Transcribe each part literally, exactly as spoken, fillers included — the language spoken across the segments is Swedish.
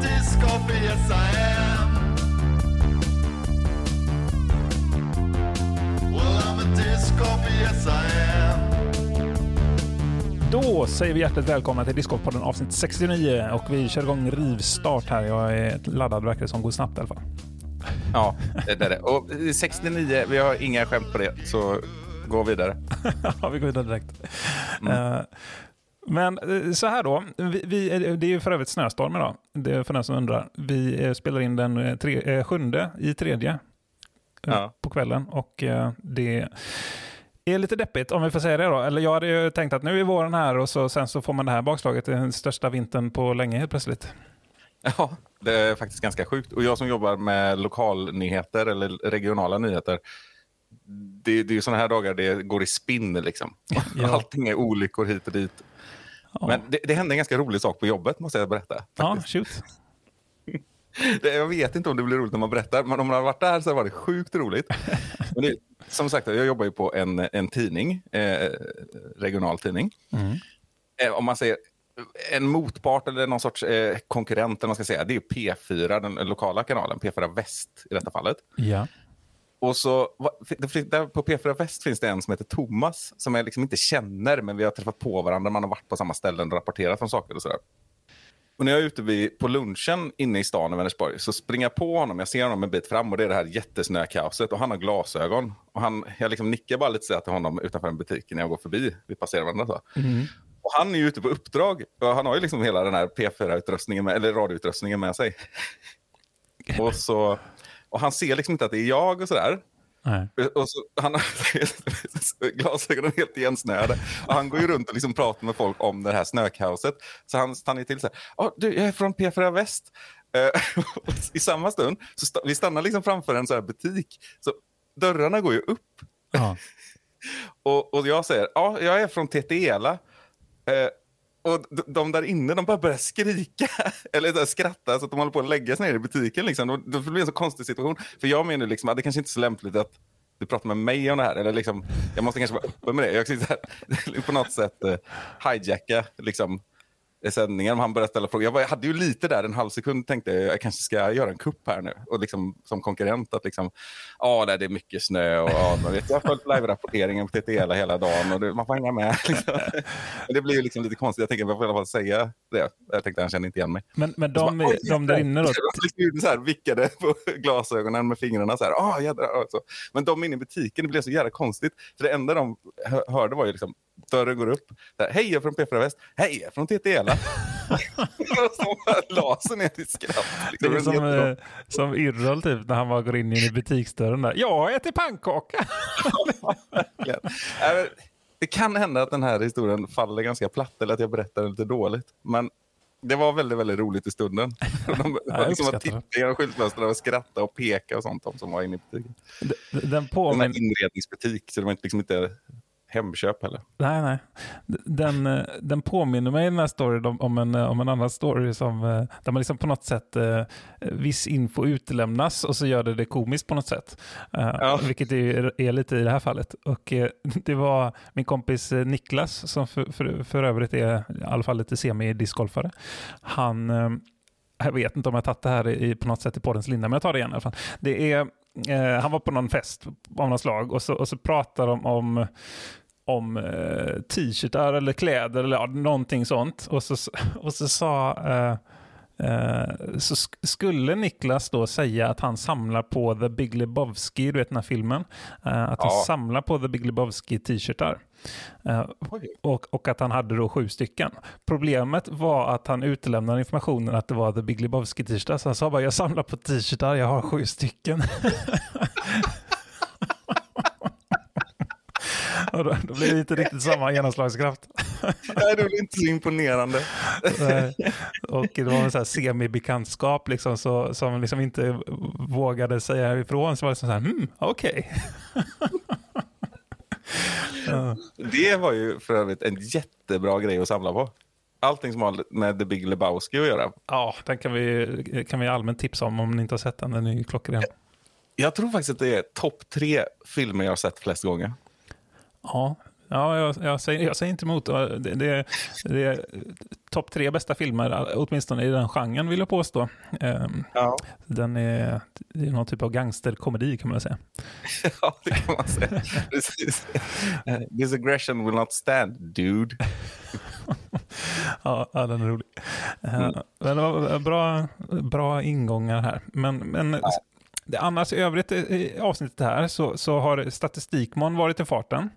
disc off, yes I am. Well, I'm a disc off, yes I am. Då säger vi hjärtligt välkomna till Discgolfpodden avsnitt sextionio och vi kör igång rivstart här. Jag är laddad, verkar det som, går snabbt i alla fall. Ja, det är det. Och sextionio, vi har inga skämt på det, så gå vidare. Ja, vi går vidare direkt. Mm. Uh, men så här då, vi, vi, det är ju för övrigt snöstorm idag, det är för den som undrar. Vi spelar in den tre, eh, sjunde i tredje ja. på kvällen och uh, det är lite deppigt om vi får säga det då. Eller jag hade ju tänkt att nu är våren här och så, sen så får man det här bakslaget, den största vintern på länge helt plötsligt. Ja, det är faktiskt ganska sjukt. Och jag som jobbar med lokalnyheter eller regionala nyheter, det, det är ju sådana här dagar det går i spinn liksom. Ja. Allting är olyckor hit och dit. Ja. Men det, det hände en ganska rolig sak på jobbet, måste jag berätta. Faktiskt. Ja, shoot. Det, jag vet inte om det blir roligt när man berättar, men om man har varit där så var det sjukt roligt. Men det, som sagt, jag jobbar ju på en, en tidning, eh, regional tidning. Mm. Eh, om man säger en motpart eller någon sorts eh, konkurrent, eller man ska säga, det är P fyra, den lokala kanalen, P fyra Väst i detta fallet. Ja. Och så där på P fyra Väst finns det en som heter Thomas, som jag liksom inte känner, men vi har träffat på varandra, man har varit på samma ställen och rapporterat om saker och sådär. Och när jag är ute vid, på lunchen inne i stan i Vänersborg så springer jag på honom. Jag ser honom en bit fram och det är det här jättesnökaoset. Och han har glasögon. Och han, jag liksom nickar bara lite så till honom utanför en butik när jag går förbi. Vi passerar varandra så. Mm. Och han är ju ute på uppdrag. Och han har ju liksom hela den här P fyra-utrustningen med, eller radioutrustningen med sig. och, så, och han ser liksom inte att det är jag och sådär. Nej. Och så, han har glasögonen helt igensnöade. Och han går ju runt och liksom pratar med folk om det här snökaoset. Så han stannar till så här: oh, du, jag är från P fyra Väst. uh, I samma stund så st- vi stannar liksom framför en så här butik. Så dörrarna går ju upp. uh. och, och jag säger, ja, oh, jag är från Teteela. uh, Och de där inne, de bara börjar skrika eller så här skratta så att de håller på att lägga sig ner i butiken. Liksom. Och det blir en så konstig situation. För jag menar liksom att det kanske inte är så lämpligt att du pratar med mig om det här. Eller liksom, jag måste kanske vara öppen med det. Jag kan här, på något sätt uh, hijacka liksom, sändningen om han började ställa frågor. Jag, var, jag hade ju lite där en halv sekund tänkte jag, jag kanske ska göra en kupp här nu. Och liksom som konkurrent att liksom, ja det är mycket snö och ja, man vet, jag har följt live-rapporteringen på T T L hela dagen och det, man får hänga med. Liksom. Men det blir ju liksom lite konstigt. Jag tänker att jag får i alla fall säga det. Jag tänkte att han kände inte igen mig. Men, men de, bara, de där inne då? Jag så här, vickade på glasögonen med fingrarna så här, ah, jädra, så. Men de inne i butiken, det blev så jävla konstigt. För det enda de hörde var ju liksom, dörren går upp. Där, hej, jag är från P fyra Väst. Hej, jag är från T T L. Som laser ner till skratt. Liksom. Det är som, eh, som Yrrol typ när han var går in i butiksdörren där. Jag äter pannkaka. Det kan hända att den här historien faller ganska platt eller att jag berättar lite dåligt. Men det var väldigt, väldigt roligt i stunden. De var liksom att titta genom skyltfönstren och skratta och peka och sånt om som var inne i butiken. Den, den påmin... Den här inredningsbutik, så det var liksom inte hemköp heller. Nej, nej. Den, den påminner mig i den här storyn om, om, en, om en annan story som, där man liksom på något sätt eh, viss info utlämnas och så gör det det komiskt på något sätt. Eh, ja. Vilket är, är lite i det här fallet. Och eh, det var min kompis Niklas som för, för, för övrigt är i alla fall lite semi-discgolfare. Han... Eh, jag vet inte om jag har tagit det här i, på något sätt i poddens linda, men jag tar det igen i alla fall. Det är, eh, han var på någon fest av något slag och så, och så pratar de om, om eh, t-shirtar eller kläder eller ja, någonting sånt. Och så, och så sa... Eh, Uh, så sk- skulle Niklas då säga att han samlar på The Big Lebowski, du vet den här filmen, uh, att han ja. samlar på The Big Lebowski t-shirtar uh, och, och att han hade då sju stycken. Problemet var att han utelämnade informationen att det var The Big Lebowski t-shirtar, så han sa bara, jag samlar på t-shirtar, jag har sju stycken. Och då, då blir det inte riktigt samma genomslagskraft. Nej, det blir inte så imponerande. Och det var en sån här semi-bekantskap liksom, så, som liksom inte vågade säga ifrån. Så var det så här, hmm, okej. Okay. Det var ju för övrigt en jättebra grej att samla på. Allting som har med The Big Lebowski att göra. Ja, den kan vi, kan vi allmänt tipsa om om ni inte har sett den. Den är ju klockren. Jag tror faktiskt att det är topp tre filmer jag har sett flest gånger. Ja, Ja, jag, jag, säger, jag säger inte emot. Det, det, det är topp tre bästa filmer, åtminstone i den genren vill jag påstå. Um, Ja. Den är, det är någon typ av gangsterkomedi kan man säga. Ja, det kan man säga. Precis. This aggression will not stand, dude. Ja, ja, den är rolig. Mm. Uh, men det var bra, bra ingångar här. Men, men ja. det, annars i övrigt i avsnittet här så, så har statistikmon varit i farten.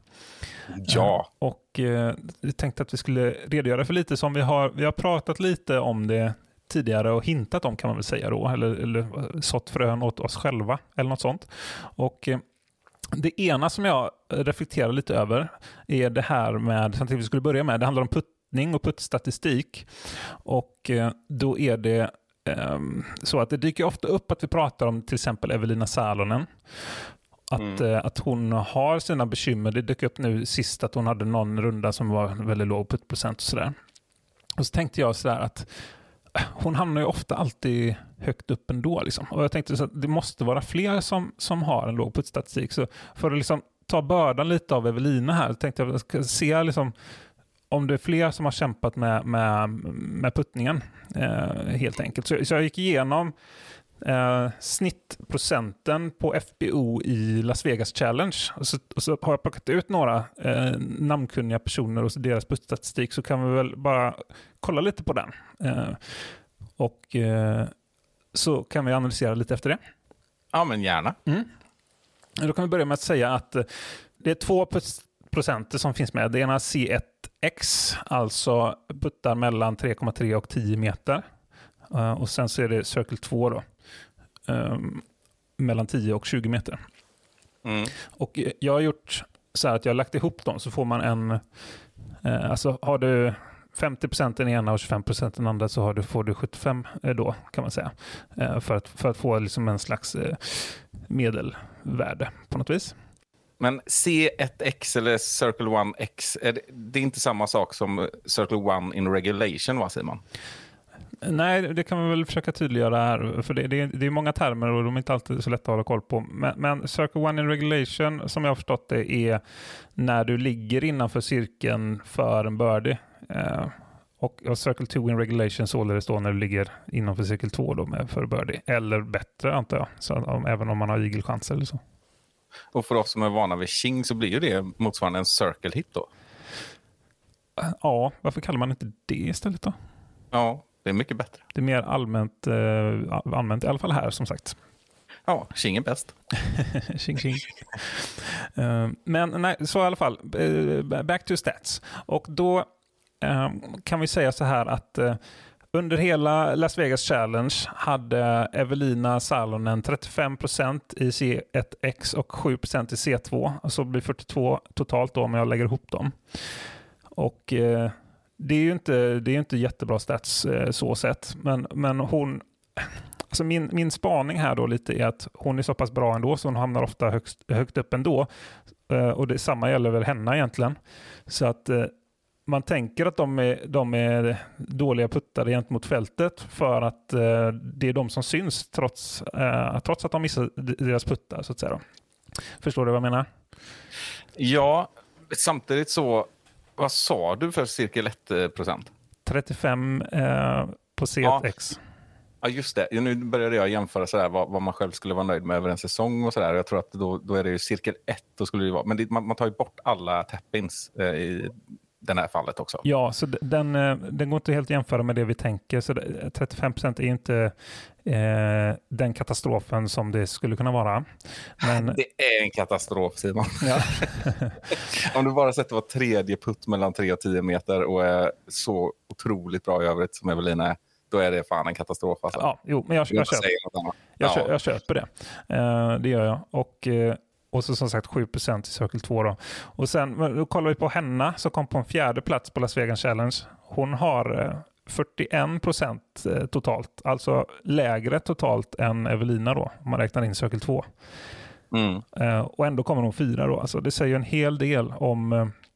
Ja. Uh, och uh, jag tänkte att vi skulle redogöra för lite som vi har, vi har pratat lite om det tidigare och hintat om kan man väl säga då. Eller, eller sått frön åt oss själva eller något sånt. Och uh, det ena som jag reflekterar lite över är det här med, samtidigt vi skulle börja med, det handlar om puttning och puttstatistik. Och eh, då är det eh, så att det dyker ofta upp att vi pratar om till exempel Evelina Salonen. Att, mm. eh, att hon har sina bekymmer. Det dök upp nu sist att hon hade någon runda som var väldigt låg puttprocent och sådär. Och så tänkte jag sådär att hon hamnar ju ofta alltid högt upp ändå. Liksom. Och jag tänkte så att det måste vara fler som, som har en låg puttstatistik. Så för att liksom ta bördan lite av Evelina här, tänkte jag ska se liksom, om det är fler som har kämpat med, med, med puttningen. Eh, helt enkelt. Så, så jag gick igenom eh, snittprocenten på F B O i Las Vegas Challenge. Och så, och så har jag plockat ut några eh, namnkunniga personer och deras puttstatistik, så kan vi väl bara kolla lite på den. Eh, och eh, så kan vi analysera lite efter det. Ja, men gärna. Mm. Då kan vi börja med att säga att det är två procenter som finns med. Det ena är C ett X, alltså puttar mellan tre komma tre och tio meter. Uh, och sen så är det Circle två då. Um, mellan tio och tjugo meter. Mm. Och jag har gjort så här att jag har lagt ihop dem, så får man en... Uh, alltså har du femtio procent den ena och tjugofem procent den andra, så har du, får du sjuttiofem då kan man säga. Uh, för, att, för att få liksom en slags uh, medelvärde på något vis. Men C ett X eller Circle ett X, är det, det är inte samma sak som Circle ett in regulation, va, Simon? Nej, det kan man väl försöka tydliggöra här. För det, det, det är många termer och de är inte alltid så lätta att hålla koll på. Men, men Circle ett in regulation, som jag har förstått det, är när du ligger innanför cirkeln för en birdie. Eh, och, och Circle två in regulation således då när du ligger innanför cirkel två då med för birdie. Eller bättre, antar jag. Så, om, även om man har igelchans eller så. Och för oss som är vana vid Ching så blir ju det motsvarande en circle hit då. Ja, varför kallar man inte det istället då? Ja, det är mycket bättre. Det är mer allmänt, eh, allmänt i alla fall här som sagt. Ja, Ching är bäst. Ching, ching. uh, men nej, så i alla fall, uh, back to stats. Och då uh, kan vi säga så här att uh, under hela Las Vegas Challenge hade Evelina Salonen trettiofem procent i C ett X och sju procent i C två. Alltså blir fyrtiotvå totalt då om jag lägger ihop dem. Och eh, det är ju inte, det är inte jättebra stats eh, så sett. Men, men hon... Alltså min, min spaning här då lite är att hon är så pass bra ändå så hon hamnar ofta högst, högt upp ändå. Eh, och det samma gäller väl henne egentligen. Så att... Eh, man tänker att de är, de är dåliga puttare gentemot fältet för att eh, det är de som syns trots, eh, trots att de missar deras puttar så att säga då. Förstår du vad jag menar? Ja, samtidigt så, vad sa du för cirkel ett procent? trettiofem eh, på C ett X. Ja. Ja, just det. Nu började jag jämföra sådär, vad, vad man själv skulle vara nöjd med över en säsong och sådär. Jag tror att då, då är det ju cirkel ett. Då skulle det vara, men det, man, man tar ju bort alla tappins eh, i den här fallet också. Ja, så den, den går inte helt att jämföra med det vi tänker. Så trettiofem procent är inte eh, den katastrofen som det skulle kunna vara. Men... Det är en katastrof, Simon. Ja. Om du bara sätter var tredje putt mellan tre och tio meter och är så otroligt bra i övrigt som Evelina är, då är det fan en katastrof. Alltså. Ja, jo, men jag, jag, jag, köper, jag, ja. köper, jag köper det. Uh, det gör jag. Och... Uh, Och så som sagt sju procent i Circle två då. Och sen då kollar vi på henne som kom på en fjärde plats på Las Vegas Challenge. Hon har fyrtioen procent totalt. Alltså lägre totalt än Evelina då. Om man räknar in Circle två. Mm. Uh, och ändå kommer hon fyra då. Alltså det säger en hel del om,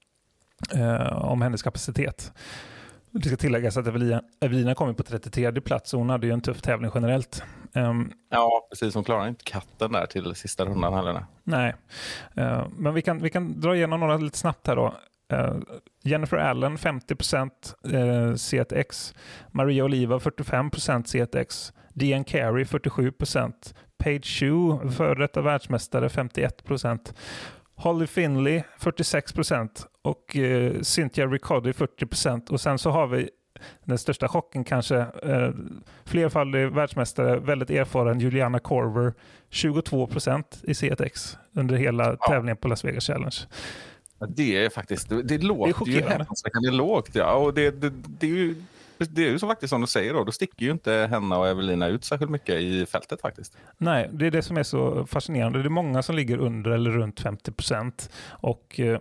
uh, om hennes kapacitet. Det ska tilläggas att Evelina, Evelina kom på trettiotredje plats och hon hade ju en tuff tävling generellt. Um, ja, precis. Hon klarar inte katten där till sista rundan heller. Nej, nej. Uh, men vi kan, vi kan dra igenom några lite snabbt här då. Uh, Jennifer Allen femtio procent uh, C ett X, Maria Oliva fyrtiofem procent C ett X, Dean Carey fyrtiosju procent, Paige Shue, före detta världsmästare femtioett procent, Holly Finley fyrtiosex procent och uh, Cynthia Riccodi fyrtio procent. Och sen så har vi den största chocken kanske, uh, flerfaldig världsmästare, väldigt erfaren Juliana Korver, tjugotvå procent i C ett X under hela ja. tävlingen på Las Vegas Challenge. Det är faktiskt, det låter ju häpnadsväckande lågt. Ja. Och det, det, det är ju det är ju så faktiskt som du säger då, då sticker ju inte Henna och Evelina ut särskilt mycket i fältet faktiskt. Nej, det är det som är så fascinerande. Det är många som ligger under eller runt femtio procent och eh,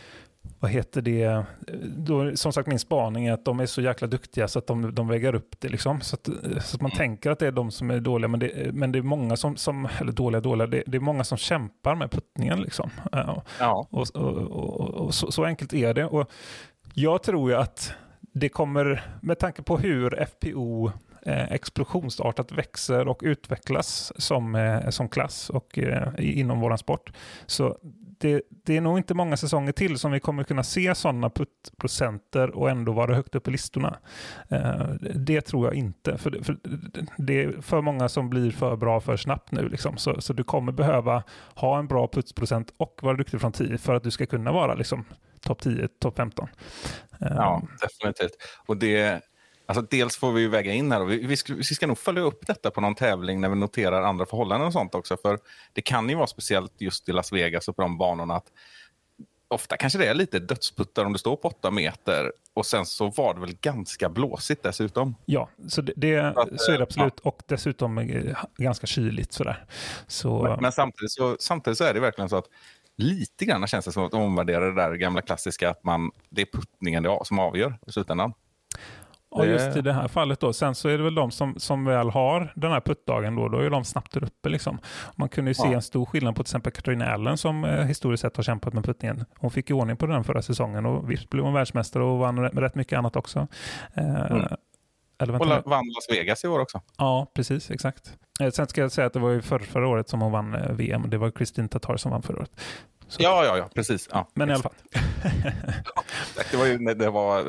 vad heter det? Då, som sagt, min spaning är att de är så jäkla duktiga så att de, de väger upp det liksom. Så att, så att man mm. tänker att det är de som är dåliga, men det, men det är många som, som eller dåliga, dåliga, det, det är många som kämpar med puttningen liksom. Ja. Ja. Och, och, och, och, och så, så enkelt är det. Och jag tror ju att det kommer, med tanke på hur F P O eh, explosionsartat växer och utvecklas som, eh, som klass och eh, inom våran sport, så det, det är nog inte många säsonger till som vi kommer kunna se sådana puttprocenter och ändå vara högt upp i listorna. Eh, det tror jag inte, för, för det är för många som blir för bra för snabbt nu liksom. så, så du kommer behöva ha en bra putsprocent och vara duktig från tio för att du ska kunna vara liksom topp tio, topp femton. Ja, definitivt. Och det, alltså dels får vi ju väga in här och vi, vi, ska, vi ska nog följa upp detta på någon tävling när vi noterar andra förhållanden och sånt också, för det kan ju vara speciellt just i Las Vegas och på de banorna att ofta kanske det är lite dödsputtar om du står på åtta meter och sen så var det väl ganska blåsigt dessutom. Ja, så det, det att, så är det absolut ja. Och dessutom ganska kyligt sådär. Så... Men, men samtidigt, så, samtidigt så är det verkligen så att lite grann känns det som att omvärdera det där gamla klassiska att man, det är puttningen som avgör i slutändan. Ja, just i det här fallet då. Sen så är det väl de som, som väl har den här puttdagen då, då är de snabbt där uppe liksom. Man kunde ju se ja. en stor skillnad på till exempel Katarina Allen som eh, historiskt sett har kämpat med puttningen. Hon fick ju ordning på den förra säsongen och visst blev hon världsmästare och vann med rätt mycket annat också. Eh, mm. eller och vann Las Vegas i år också. Ja, precis, exakt. Eh, sen ska jag säga att det var ju förra, förra året som hon vann eh, V M. Det var Kristin Tatar som vann förra året. Så. Ja, ja, ja, precis. Ja, men exakt. i alla fall. det var ju när, det var,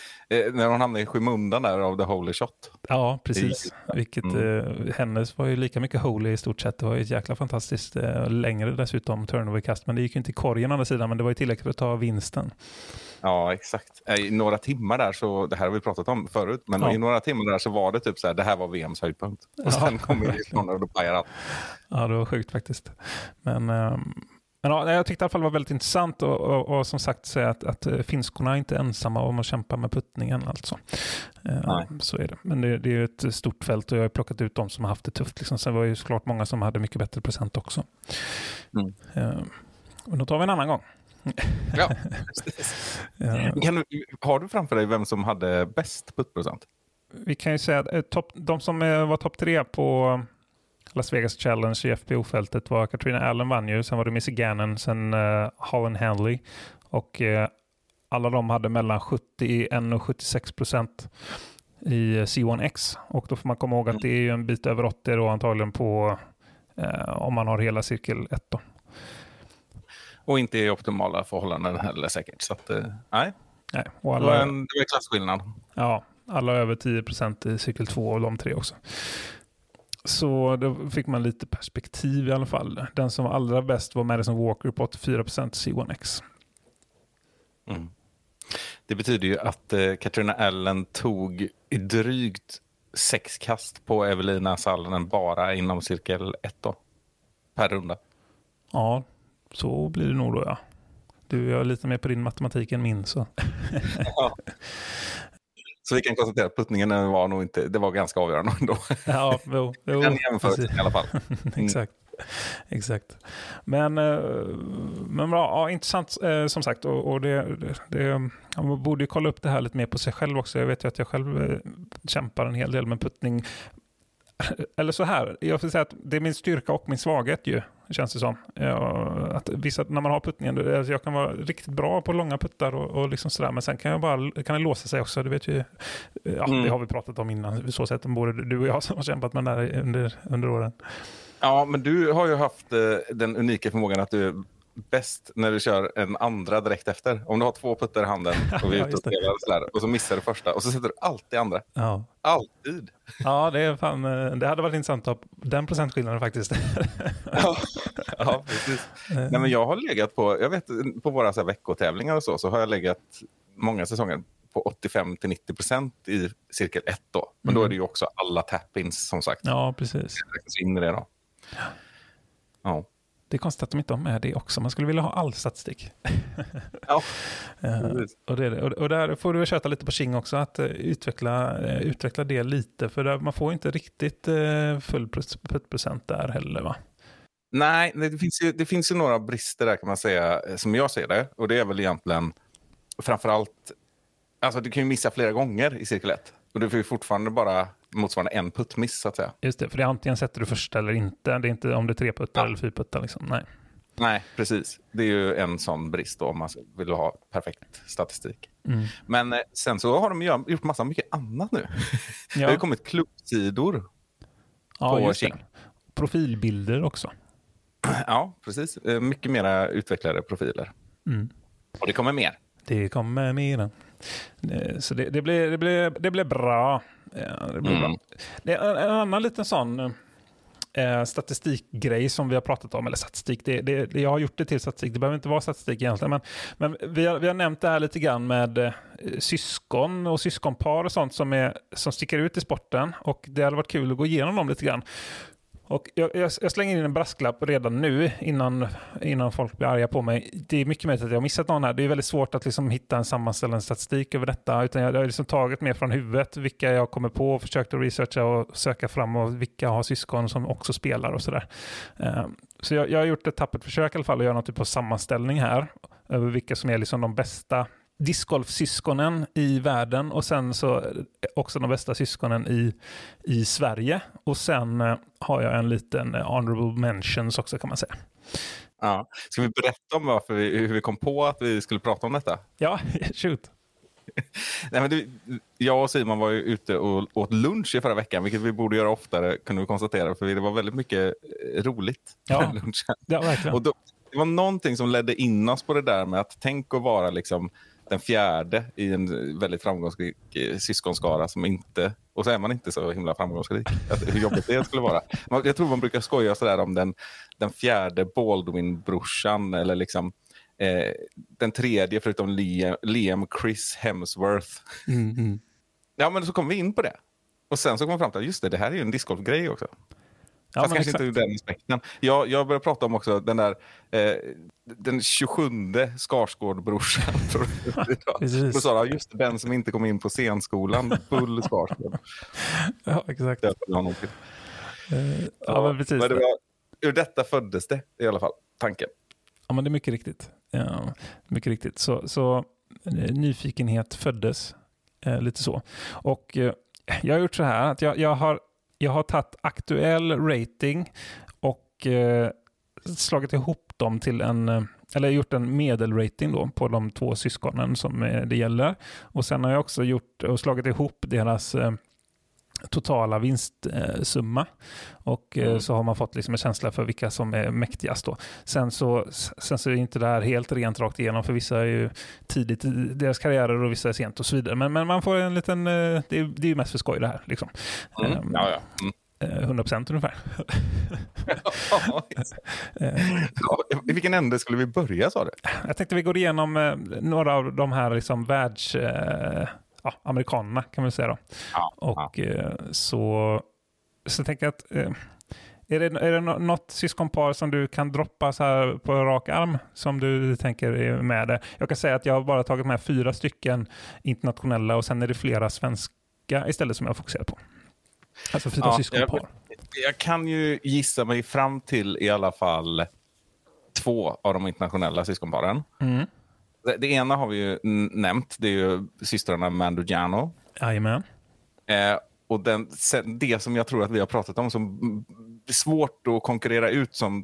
när hon hamnade i skymundan där av The Holy Shot. Ja, precis. Vilket, mm. eh, hennes var ju lika mycket holy i stort sett. Det var ju ett jäkla fantastiskt eh, längre dessutom turnoverkast. Men det gick ju inte i korgen å andra sidan, men det var ju tillräckligt att ta vinsten. Ja, exakt. I några timmar där, så det här har vi pratat om förut, men ja. i några timmar där så var det typ så här, det här var V M:s höjdpunkt. Och ja, sen kom vi ifrån och då pajade allt. Ja, det var sjukt faktiskt. Men... Um... Men ja, jag tyckte i alla fall det var väldigt intressant och, och, och som sagt säga att, att finskorna är inte ensamma om att kämpa med puttningen alltså. Uh, så är det. Men det, det är ju ett stort fält och jag har plockat ut de som har haft det tufft. Liksom. Sen var det ju såklart många som hade mycket bättre procent också. Mm. Uh, och då tar vi en annan gång. Ja, uh, kan du, har du framför dig vem som hade bäst puttprocent? Vi kan ju säga att uh, top, de som uh, var topp tre på Las Vegas Challenge i F P O-fältet var Katarina Allen vann ju, sen var det Missy Gannon, sen uh, Holland Handley och uh, alla de hade mellan sjuttioen och sjuttiosex procent i C ett X och då får man komma ihåg att det är ju en bit över åttio då antagligen på uh, om man har hela cirkel ett då. Och inte i optimala förhållanden heller säkert, så att uh, nej. Nej, och alla, det var en det var klasskillnad. Ja, alla över tio procent i cirkel två och de tre också. Så då fick man lite perspektiv i alla fall. Den som var allra bäst var Madison Walker på åttiofyra procent C ett X. Mm. Det betyder ju att eh, Katarina Allen tog i drygt sex kast på Evelina Salonen bara inom cirkel ett då, per runda. Ja, så blir det nog då, ja. Du är lite mer på din matematik än min, så. Ja. Så vi kan konstatera att puttningen var nog inte, det var ganska avgörande ändå. Ja, jo, jo, den jämförelsen i alla fall. Mm. Exakt. Exakt. Men, men bra, ja, intressant som sagt. Och, och det, det, man borde ju kolla upp det här lite mer på sig själv också. Jag vet ju att jag själv kämpar en hel del med puttning. Eller så här, jag får säga att det är min styrka och min svaghet ju. känns det som. Ja, att vissa, när man har puttningen, alltså jag kan vara riktigt bra på långa puttar och, och liksom sådär, men sen kan jag bara kan det låsa sig också. Du vet ju, ja, mm. det har vi pratat om innan, så sätt både du och jag som har kämpat med den där under, under åren. Ja, men du har ju haft eh, den unika förmågan att du är bäst när du kör en andra direkt efter. Om du har två puttar i handen och vi är ute och spelar och, sådär, och så missar du första och så sätter du alltid andra. Ja. Alltid. Ja, det är fan, det hade varit intressant att ha den procentskillnaden faktiskt. ja, ja, precis. Nej, men jag har legat på, jag vet på våra så här veckotävlingar och så, så har jag legat många säsonger på åttiofem till nittio procent i cirkel ett då. Men mm. då är det ju också alla tap-ins som sagt. Ja, precis. Så in i det då. Ja. Det är konstigt att de inte har med det också. Man skulle vilja ha all statistik. Ja, uh, och, det, och, och där får du köta lite på King också. Att uh, utveckla, uh, utveckla det lite. För där, man får inte riktigt uh, full puttprocent där heller, va? Nej, det finns, ju, det finns ju några brister där kan man säga. Som jag ser det. Och det är väl egentligen framförallt... Alltså du kan ju missa flera gånger i cirkel ett. Och du får ju fortfarande bara motsvarande en puttmiss så att säga. Just det, för det är antingen sätter du första eller inte. Det är inte om det är tre puttar ja. eller fyra puttar liksom. Nej. Nej, precis. Det är ju en sån brist då om man vill ha perfekt statistik. Mm. Men eh, sen så har de ju gjort massa mycket annat nu. Ja. Det har ju kommit klubbsidor ja, på just King. Det. Profilbilder också. Ja, precis. Mycket mera utvecklade profiler. Mm. Och det kommer mer. Det kommer mer. Så det, det, blir, det, blir, det blir bra. Ja, det blir mm. bra. Det är en annan liten sån eh, statistikgrej som vi har pratat om. Eller statistik, det, det, det, jag har gjort det till statistik. Det behöver inte vara statistik egentligen. Men, men vi, har, vi har nämnt det här lite grann med eh, syskon och syskonpar och sånt som, är, som sticker ut i sporten. Och det hade varit kul att gå igenom dem lite grann. Och jag, jag, jag slänger in en brasklapp redan nu innan, innan folk blir arga på mig. Det är mycket möjligt att jag har missat någon här. Det är väldigt svårt att liksom hitta en sammanställande statistik över detta. Utan jag har liksom tagit mer från huvudet vilka jag kommer på och försökt att researcha och söka fram och vilka har syskon som också spelar och sådär. Um, så jag, jag har gjort ett tappert försök i alla fall att göra någon typ av sammanställning här över vilka som är liksom de bästa discgolf-syskonen i världen och sen så också de bästa syskonen i, i Sverige. Och sen eh, har jag en liten eh, honorable mentions också kan man säga. Ja. Ska vi berätta om varför vi, hur vi kom på att vi skulle prata om detta? Ja, shoot. Nej, men du, jag och Simon var ju ute och åt lunch i förra veckan, vilket vi borde göra oftare, kunde vi konstatera, för det var väldigt mycket roligt. Ja, ja verkligen. Och då, det var någonting som ledde in oss på det där med att tänk att vara liksom den fjärde i en väldigt framgångsrik syskonskara som inte, och så är man inte så himla framgångsrik. Att, hur jobbigt det skulle vara. Jag tror man brukar skoja sådär om den, den fjärde Baldwin-brorsan eller liksom eh, den tredje förutom Liam, Liam Chris Hemsworth. Mm, mm. Ja, men så kom vi in på det. Och sen så kom vi fram till att just det, det här är ju en discgolf-grej också. Ja, fast kanske exakt. Inte ur den aspekten. Jag, jag började prata om också den där eh, den tjugosjunde Skarsgård-brorsan. Då sa jag just den som inte kom in på scenskolan, Bull Skarsgård. Ja, exakt. Det var någon till. Uh, ja, men precis. Men det var, ur detta föddes det i alla fall, tanken. Ja, men det är mycket riktigt. Ja, mycket riktigt. Så, så nyfikenhet föddes eh, lite så. Och eh, jag har gjort så här att jag, jag har Jag har tagit aktuell rating och eh, slagit ihop dem till en, eller gjort en medelrating då på de två syskonen som eh, det gäller. Och sen har jag också gjort och slagit ihop deras eh, totala vinstsumma. Och eh, mm. så har man fått liksom en känsla för vilka som är mäktigast då. Sen så, sen så är inte det här helt rent rakt igenom, för vissa är ju tidigt i deras karriärer och vissa är sent och så vidare. Men, men man får en liten, det är, det är ju mest för skoj det här liksom. Mm. Um, ja, ja. Mm. hundra procent ungefär. Ja, i vilken ände skulle vi börja, sa du? Jag tänkte vi går igenom några av de här liksom världs... Ja, amerikanerna kan man säga då. Ja, och ja. Eh, så så tänker jag att eh, är det, är det något syskonpar som du kan droppa så här på rak arm som du tänker är med det? Jag kan säga att jag har bara tagit med fyra stycken internationella och sen är det flera svenska istället som jag fokuserar på. Alltså fyra ja, syskonpar. Jag, jag kan ju gissa mig fram till i alla fall två av de internationella syskonparen. Mm. Det, det ena har vi ju nämnt, det är ju systrarna Mandugiano. Jajamän. Eh, och den, det som jag tror att vi har pratat om som är svårt att konkurrera ut som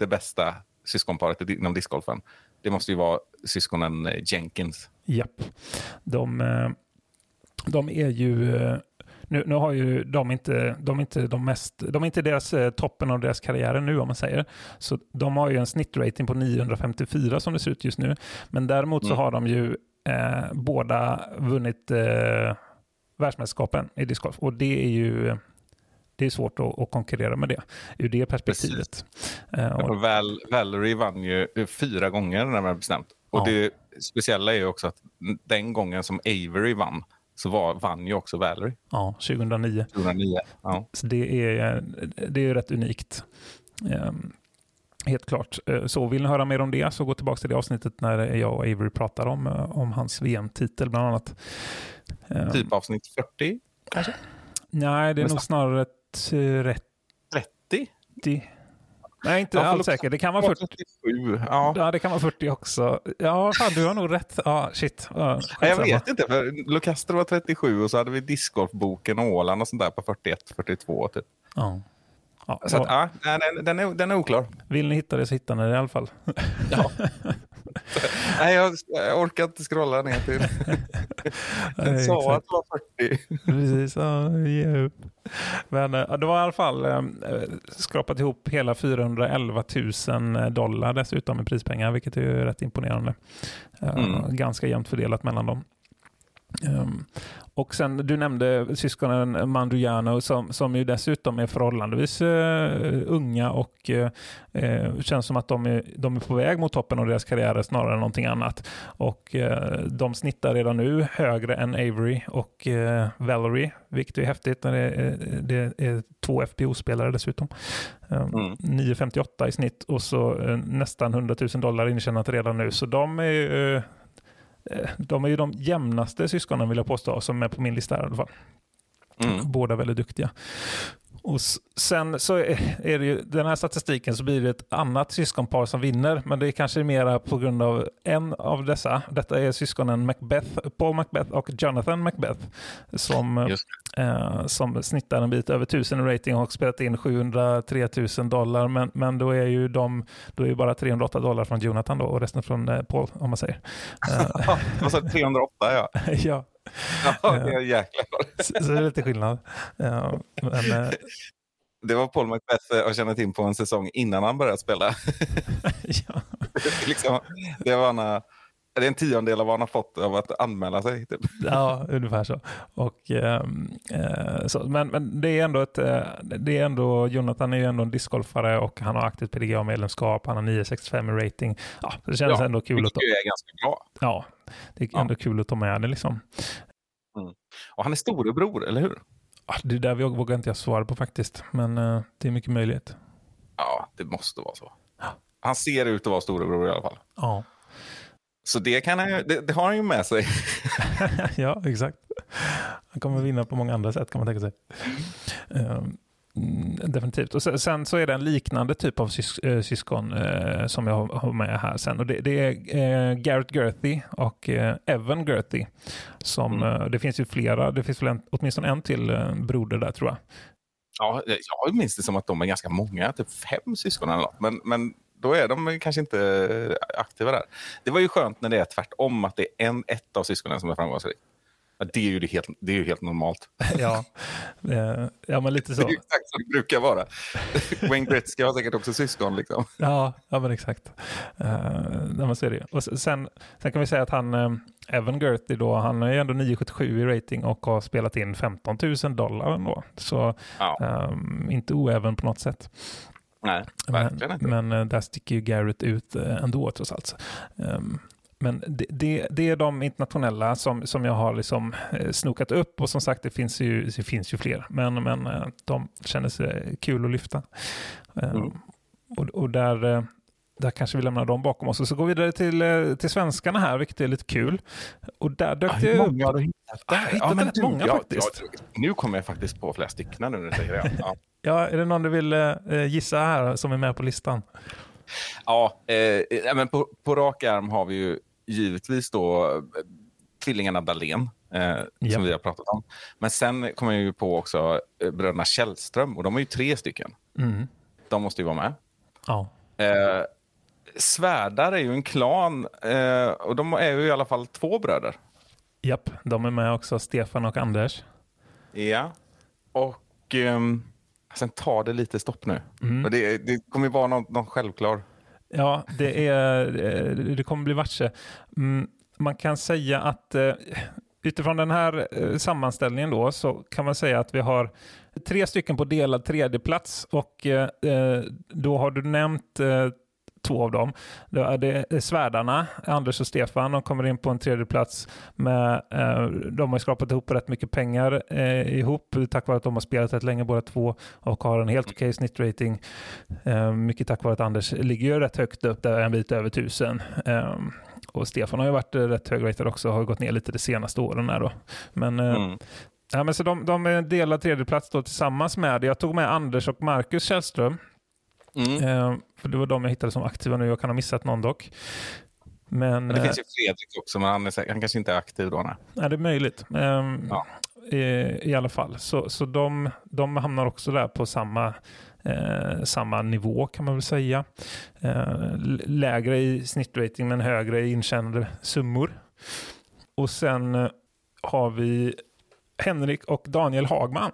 det bästa syskonparet inom discgolfen. Det måste ju vara syskonen Jenkins. Japp. De, de är ju... Nu, nu har ju de inte de är inte de mest de är inte deras toppen av deras karriär nu, om man säger. Så de har ju en snittrating på niohundrafemtiofyra som det ser ut just nu. Men däremot så mm. har de ju eh, båda vunnit eh, världsmästerskapen i discgolf, och det är ju det är svårt att, att konkurrera med det ur det perspektivet. Uh, och Val, Valerie vann ju fyra gånger när man bestämt. Och ja. Det speciella är ju också att den gången som Avery vann så var, vann ju också Valerie. Ja, tjugohundranio. tjugohundranio, ja. Så det är, det är ju rätt unikt. Um, helt klart. Så vill ni höra mer om det så gå tillbaka till det avsnittet när jag och Avery pratar om, om hans V M-titel bland annat. Um, typ avsnitt fyrtio kanske? Nej, det är Men nog snarare trettio. trettio? Nej, inte ja, alls säkert. Det kan vara fyrtio. trettiosju, ja. Ja, det kan vara fyrtio också. Ja, fan, du har nog rätt. Ja, shit. Ja, Nej, jag vet inte, för Locaster var trettiosju och så hade vi discgolfboken och Åland och sånt där på fyrtioett fyrtiotvå typ. Ja. Ja, så att, ja, den, den, är, den är oklar. Vill ni hitta det så hittar ni det i alla fall. Ja. Nej, jag, jag orkar inte scrolla ner till. Den sa att det var fyrtio. Precis, ja, ge upp. Men ja, det var i alla fall eh, skrapat ihop hela fyrahundraelva tusen dollar dessutom i prispengar, vilket är ju rätt imponerande. Mm. Uh, ganska jämnt fördelat mellan dem. Um, och sen du nämnde syskonen Mandujano som, som ju dessutom är förhållandevis uh, unga och uh, känns som att de är, de är på väg mot toppen av deras karriärer snarare än någonting annat. Och uh, de snittar redan nu högre än Avery och uh, Valerie, vilket är häftigt när det är, det är två F P O-spelare dessutom. Um, mm. nio femtioåtta i snitt och så uh, nästan hundratusen dollar intjänat redan nu. Så de är uh, De är ju de jämnaste syskonen, vill jag påstå, som är på min lista här i alla fall. Mm. Båda väldigt duktiga. Och sen så är det ju den här statistiken, så blir det ett annat syskonpar som vinner, men det är kanske mer på grund av en av dessa. Detta är syskonen Macbeth, Paul Macbeth och Jonathan Macbeth som, eh, som snittar en bit över tusen i rating och har spelat in sjuhundratre tusen dollar, men, men då är ju de då är ju bara trehundraåtta dollar från Jonathan då, och resten från eh, Paul, om man säger. Vad sa trehundraåtta, ja. Ja. Ja, det är jäklar. Så, så är det lite skillnad. Ja, men, det var Paul Macbeth och kände till på en säsong innan han började spela. Ja. liksom, det, var en, det är en tiondel av vad han har fått av att anmäla sig. Typ. Ja, ungefär så. Och, eh, så men, men det är ändå ett, det är ändå, Jonathan är ju ändå en discgolfare och han har aktivt P D G A-medlemskap. Han har nio sextiofem i rating. Ja, det känns ja, ändå kul. Det är ganska bra. Ja, det är ja. ändå kul att ta med det liksom. Mm. Och han är storebror, eller hur? Ja, det är där vi vågar inte jag svara på faktiskt. Men uh, det är mycket möjligt. Ja, det måste vara så. Ja. Han ser ut att vara storebror i alla fall. Ja. Så det, kan han, det, det har han ju med sig. Ja, exakt. Han kommer vinna på många andra sätt, kan man tänka sig. Um, definitivt. Och sen, sen så är det en liknande typ av sys, äh, syskon äh, som jag har med här sen. Och det, det är äh, Garrett Gerthy och äh, Evan Gerthy. Som, mm. äh, det finns ju flera, det finns väl en, åtminstone en till äh, broder där, tror jag. Ja, jag minns det som att de är ganska många, typ fem syskon eller något. Men, men då är de kanske inte aktiva där. Det var ju skönt när det är tvärtom, att det är en, ett av syskonen som är framgångsrik. Det är ju det helt, det är ju helt normalt. Ja, ja, men lite så. Det är exakt så det brukar vara. Wayne Gretzky har säkert också syskon. Liksom. Ja, ja, men exakt. Uh, när man ser det. Och sen, sen kan vi säga att han, uh, Evan Gerthy då, han är ändå nio sjuttiosju i rating och har spelat in femton tusen dollar ändå. Så ja. um, inte oäven på något sätt. Nej, verkligen inte. Men, men uh, där sticker ju Garrett ut uh, ändå trots allt. Um, Men det, det, det är de internationella som, som jag har liksom snokat upp, och som sagt det finns ju, det finns ju fler, men, men de känner sig kul att lyfta. Mm. Och, och där, där kanske vi lämnar dem bakom oss, och så går vi vidare till, till svenskarna här, vilket är lite kul. Och där dök det upp. Många har du hittat där? Jag har hittat ja, många ja, faktiskt. Ja, nu kommer jag faktiskt på flera stycken nu när du säger det. Ja. Ja, är det någon du vill eh, gissa här som är med på listan? Ja, eh, men på, på rak arm har vi ju givetvis då tvillingarna Dahlén eh, ja. som vi har pratat om. Men sen kommer jag ju på också eh, bröderna Källström, och de är ju tre stycken. Mm. De måste ju vara med. Ja. Eh, Svärdar är ju en klan eh, och de är ju i alla fall två bröder. Japp, de är med också, Stefan och Anders. Ja, och ehm, sen tar det lite stopp nu. Mm. Och det, det kommer ju vara någon, någon självklar. Ja, det, är, det kommer bli varse. Mm, man kan säga att eh, utifrån den här eh, sammanställningen då så kan man säga att vi har tre stycken på delad tredjeplats och eh, då har du nämnt eh, två av dem. Då är det Svärdarna, Anders och Stefan. De kommer in på en tredje plats med, eh, de har skrapat ihop rätt mycket pengar eh, ihop tack vare att de har spelat rätt länge båda två och har en helt okej okay snittrating. Eh, mycket tack vare att Anders ligger ju rätt högt upp där, en bit över tusen. Eh, och Stefan har ju varit rätt högratad också, har gått ner lite de senaste åren här då. Men eh, mm. ja, men så de, de delar tredje plats då tillsammans med, jag tog med Anders och Marcus Källström. Mm. Eh, för det var de jag hittade som aktiva nu. Jag kan ha missat någon dock. Men, men det finns ju Fredrik också, men han, är, han kanske inte är aktiv då. Nej, nej det är möjligt. Eh, ja. i, I alla fall. Så, så de, de hamnar också där på samma, eh, samma nivå kan man väl säga. Eh, lägre i snittrating men högre i intjänade summor. Och sen eh, har vi Henrik och Daniel Hagman.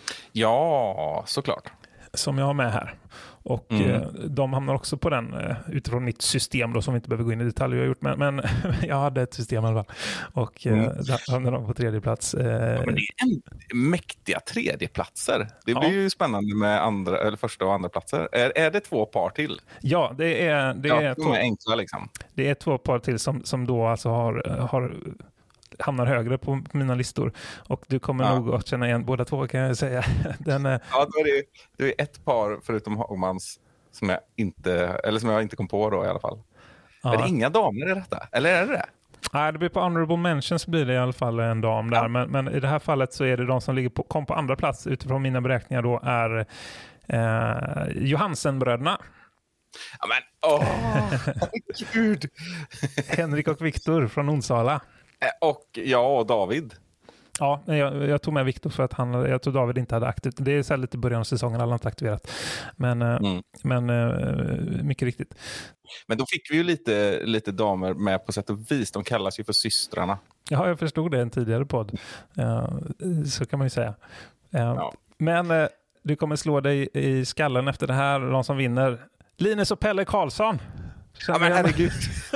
Ja, såklart. Som jag har med här. Och mm. eh, de hamnar också på den eh, utifrån mitt system då, som vi inte behöver gå in i detalj jag har gjort. Men, men jag hade ett system i alla fall. Och eh, mm. där hamnar de på tredje plats. Eh, ja, men det är en mäktiga tredjeplatser. Det blir ja. ju spännande med andra, eller första och andra platser. Är, är det två par till? Ja, det är, det ja, är, de två, är enkla liksom. Det är två par till som, som då alltså har... har hamnar högre på mina listor. Och du kommer ja. nog att känna igen båda två kan jag säga. Den är... Ja, då är det, det är ett par förutom Hagmans som jag inte, eller som jag inte kom på då i alla fall. Ja. Är det inga damer i detta? Eller är det det? Nej, det blir på honorable mentions blir det i alla fall en dam där. Ja. Men, men i det här fallet så är det de som ligger på, kom på andra plats utifrån mina beräkningar då är eh, Johansen-bröderna. Ja, men åh, gud! Henrik och Viktor från Onsala. Och ja, och David. Ja, jag, jag tog med Viktor för att han, jag tror David inte hade aktivt. Det är så här lite början av säsongen, alla har inte aktiverat. Men, mm. men mycket riktigt. Men då fick vi ju lite, lite damer med på sätt och vis. De kallas ju för systrarna. Ja, jag förstod det i en tidigare podd. Så kan man ju säga. Ja. Men du kommer slå dig i skallen efter det här. De som vinner. Linus och Pelle Karlsson. Ja, men herregud.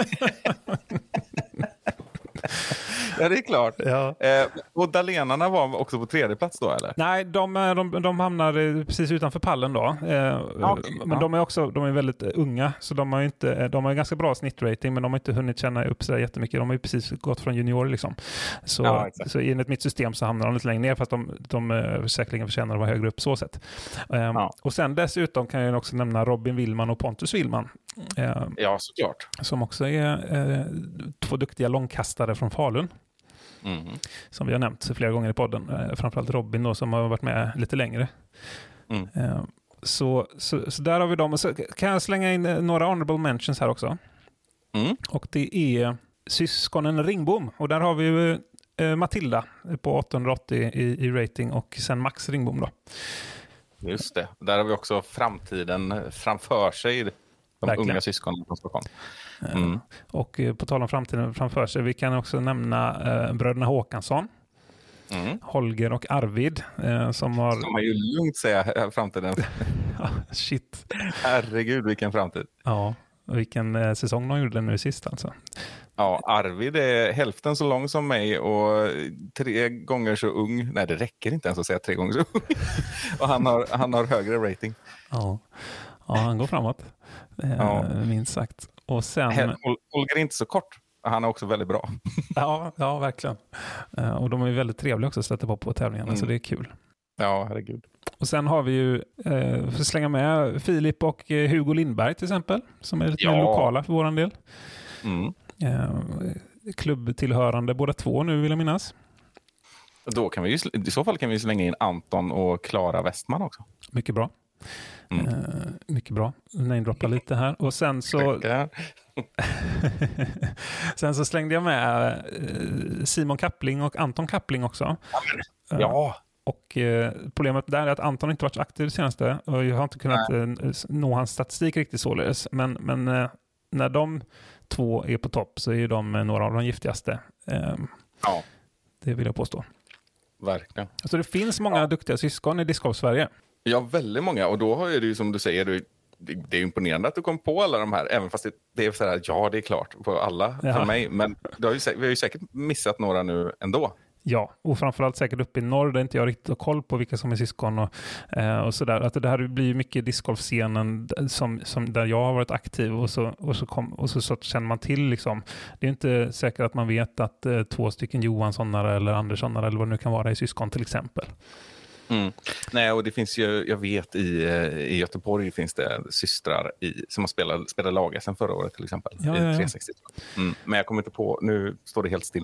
Ja, det är klart. Ja. Eh, och Dalenarna var också på tredje plats då, eller? Nej, de, de, de hamnar precis utanför pallen då. Eh, okay. Men ja. de är också de är väldigt unga, så de har ju inte, de har ganska bra snittrating, men de har inte hunnit känna upp sig jättemycket. De har ju precis gått från junior liksom. Så, ja, så enligt mitt system så hamnar de lite längre ner, fast de, de säkerligen förtjänar att vara högre upp så sätt. Eh, ja. Och sen dessutom kan jag också nämna Robin Willman och Pontus Willman. Eh, ja, såklart. Som också är eh, två duktiga långkastare från Falun. Mm. Som vi har nämnt flera gånger i podden. Eh, framförallt Robin då, som har varit med lite längre. Mm. Eh, så, så, så där har vi dem. Och så kan jag slänga in några honorable mentions här också. Mm. Och det är syskonen Ringbom. Och där har vi ju eh, Matilda på åttahundraåttio i, i rating och sen Max Ringbom då. Just det. Där har vi också framtiden framför sig. De verkligen. Unga syskonen från Stockholm. Mm. Och på tal om framtiden framför sig, vi kan också nämna eh, bröderna Håkansson, mm. Holger och Arvid eh, som har... Ska man ju lugnt säga framtiden. Shit. Herregud, vilken framtid. Ja, och vilken eh, säsong de gjorde nu sist alltså. Ja, Arvid är hälften så lång som mig och tre gånger så ung. Nej, det räcker inte ens att säga tre gånger så ung. Och han har, han har högre rating. Ja. Ja, han går framåt. Ja. Minst sagt. Och sen... Holger är inte så kort. Han är också väldigt bra. Ja, ja verkligen. Och de är ju väldigt trevliga också att slätta på på tävlingarna, mm. så det är kul. Ja, herregud. Och sen har vi ju, eh, för att slänga med, Filip och Hugo Lindberg till exempel, som är lite ja. mer lokala för våran del. Mm. Eh, klubbtillhörande båda två nu, vill jag minnas. Då kan vi ju, i så fall kan vi slänga in Anton och Klara Westman också. Mycket bra. Mm. Uh, mycket bra. Namedroppa lite här. Och sen så sen så slängde jag med uh, Simon Kappling och Anton Kappling också. Ja. Och eh, problemet där är att Anton inte varit så aktiv det senaste och jag har inte kunnat eh, nå hans statistik riktigt således. Men, men eh, när de två är på topp så är ju de några av de giftigaste. Eh, ja. Det vill jag påstå. Verkligen. Alltså det finns många ja. duktiga syskon i discgolf Sverige. Ja, väldigt många. Och då har ju du, som du säger, du, det, det är imponerande att du kom på alla de här. Även fast det, det är så här, ja det är klart på alla ja. för mig. Men du har ju, vi har ju säkert missat några nu ändå. Ja, och framförallt säkert uppe i norr där inte jag riktigt har koll på vilka som är syskon och, eh, och sådär. Att det här blir mycket discgolfscenen som, som där jag har varit aktiv och så, och så, kom, och så, så känner man till liksom. Det är inte säkert att man vet att eh, två stycken Johanssonare eller Anderssonare eller vad det nu kan vara i syskon till exempel. Mm. Nej, och det finns ju, jag vet i, i Göteborg finns det systrar i, som har spelat, spelat lag sen förra året till exempel. Ja, i ja, ja. trehundrasextio. Mm. Men jag kommer inte på, nu står det helt still.